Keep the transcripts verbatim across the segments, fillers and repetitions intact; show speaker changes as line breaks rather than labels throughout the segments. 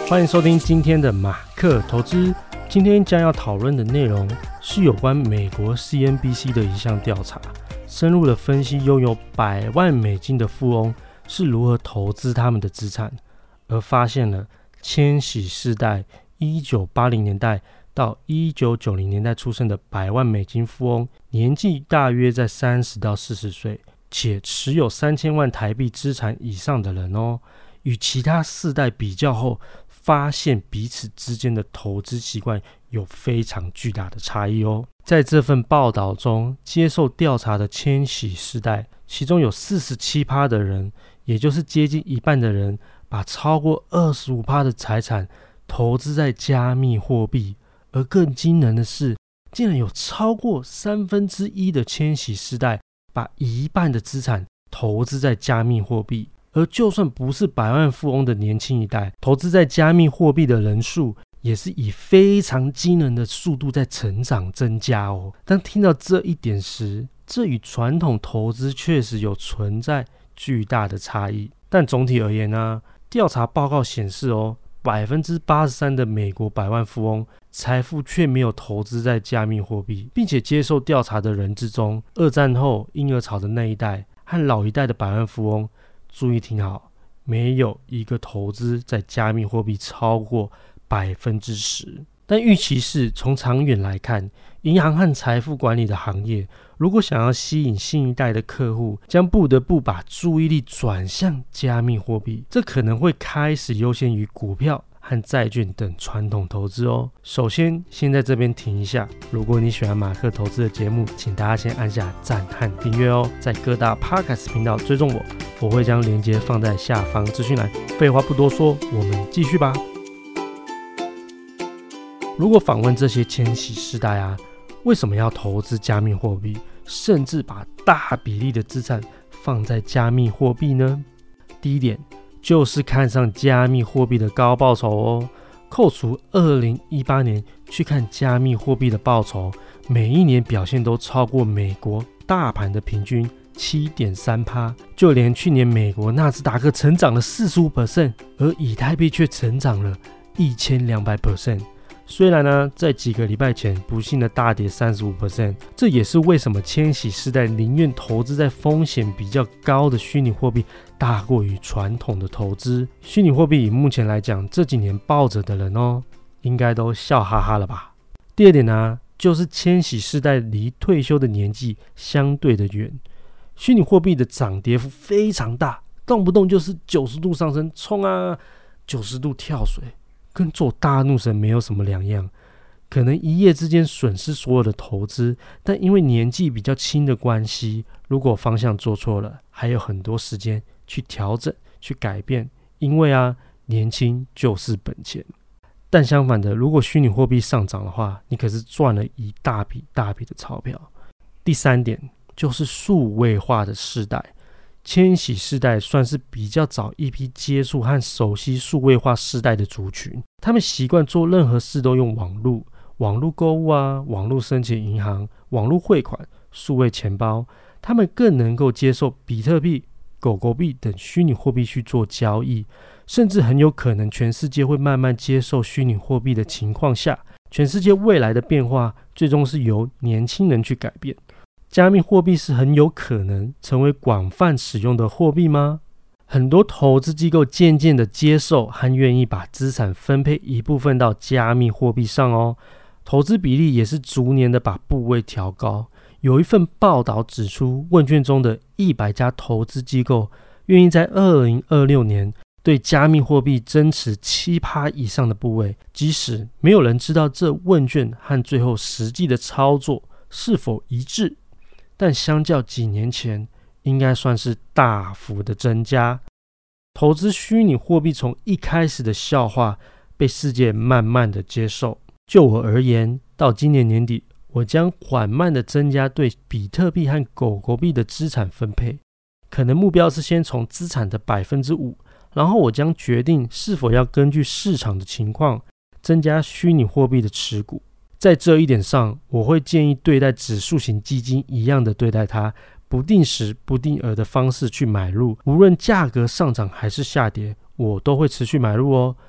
欢迎收听今天的马克投资。今天将要讨论的内容是有关美国 C N B C 的一项调查，深入的分析拥有百万美金的富翁是如何投资他们的资产，而发现了千禧世代一九八零年代到一九九零年代出生的百万美金富翁，年纪大约在三十到四十岁，且持有三千万台币资产以上的人哦，与其他世代比较后，发现彼此之间的投资习惯有非常巨大的差异哦。在这份报道中，接受调查的千禧世代，其中有 百分之四十七 的人，也就是接近一半的人，把超过 百分之二十五 的财产投资在加密货币。而更惊人的是，竟然有超过三分之一的千禧世代把一半的资产投资在加密货币。而就算不是百万富翁的年轻一代，投资在加密货币的人数也是以非常惊人的速度在成长增加哦。当听到这一点时，这与传统投资确实有存在巨大的差异。但总体而言呢，调查报告显示哦，百分之八十三的美国百万富翁财富却没有投资在加密货币，并且接受调查的人之中，二战后婴儿潮的那一代和老一代的百万富翁，注意听好，没有一个投资在加密货币超过 百分之十。 但预期是从长远来看，银行和财富管理的行业如果想要吸引新一代的客户，将不得不把注意力转向加密货币，这可能会开始优先于股票和债券等传统投资哦。首先先在这边停一下，如果你喜欢马克投资的节目，请大家先按下赞和订阅哦，在各大 Podcast 频道追踪我，我会将连结放在下方资讯栏。废话不多说，我们继续吧。如果访问这些千禧世代啊，为什么要投资加密货币，甚至把大比例的资产放在加密货币呢？第一点就是看上加密货币的高报酬哦。扣除二零一八年去看加密货币的报酬，每一年表现都超过美国大盘的平均 百分之七点三。 就连去年美国纳斯达克成长了 百分之四十五， 而以太币却成长了 百分之一千两百。虽然呢，在几个礼拜前不幸的大跌 百分之三十五， 这也是为什么千禧世代宁愿投资在风险比较高的虚拟货币大过于传统的投资。虚拟货币以目前来讲，这几年抱着的人哦，应该都笑哈哈了吧。第二点呢，就是千禧世代离退休的年纪相对的远，虚拟货币的涨跌幅非常大，动不动就是九十度上升，冲啊，九十度跳水，跟做大怒神没有什么两样。可能一夜之间损失所有的投资，但因为年纪比较轻的关系，如果方向做错了，还有很多时间去调整去改变，因为啊，年轻就是本钱。但相反的，如果虚拟货币上涨的话，你可是赚了一大笔大笔的钞票。第三点就是数位化的世代，千禧世代算是比较早一批接触和熟悉数位化世代的族群，他们习惯做任何事都用网络，网络购物啊，网络申请银行，网络汇款，数位钱包，他们更能够接受比特币、狗狗币等虚拟货币去做交易，甚至很有可能全世界会慢慢接受虚拟货币的情况下，全世界未来的变化最终是由年轻人去改变。加密货币是很有可能成为广泛使用的货币吗？很多投资机构渐渐的接受和愿意把资产分配一部分到加密货币上哦，投资比例也是逐年的把部位调高。有一份报道指出，问卷中的一百家投资机构愿意在二零二六年对加密货币增持 百分之七 以上的部位，即使没有人知道这问卷和最后实际的操作是否一致，但相较几年前应该算是大幅的增加。投资虚拟货币从一开始的笑话被世界慢慢的接受。就我而言，到今年年底，我将缓慢的增加对比特币和狗狗币的资产分配，可能目标是先从资产的 百分之五， 然后我将决定是否要根据市场的情况增加虚拟货币的持股。在这一点上，我会建议对待指数型基金一样的对待它，不定时不定额的方式去买入，无论价格上涨还是下跌，我都会持续买入哦。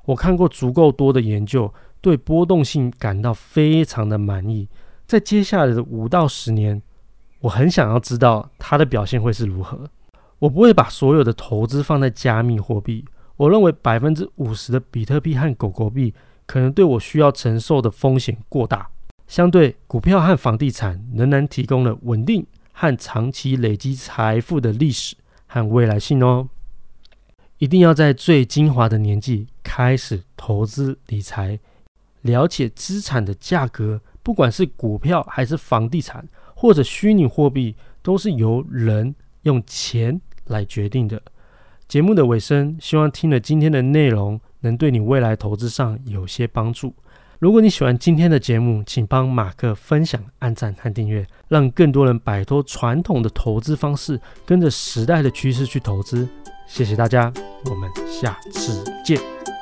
我看过足够多的研究，对波动性感到非常的满意。在接下来的五到十年，我很想要知道它的表现会是如何。我不会把所有的投资放在加密货币，我认为 百分之五十 的比特币和狗狗币可能对我需要承受的风险过大。相对，股票和房地产仍然提供了稳定和长期累积财富的历史和未来性哦。一定要在最精华的年纪开始投资理财，了解资产的价格，不管是股票还是房地产或者虚拟货币，都是由人用钱来决定的。节目的尾声，希望听了今天的内容能对你未来投资上有些帮助。如果你喜欢今天的节目，请帮马克分享、按赞和订阅，让更多人摆脱传统的投资方式，跟着时代的趋势去投资。谢谢大家，我们下次见。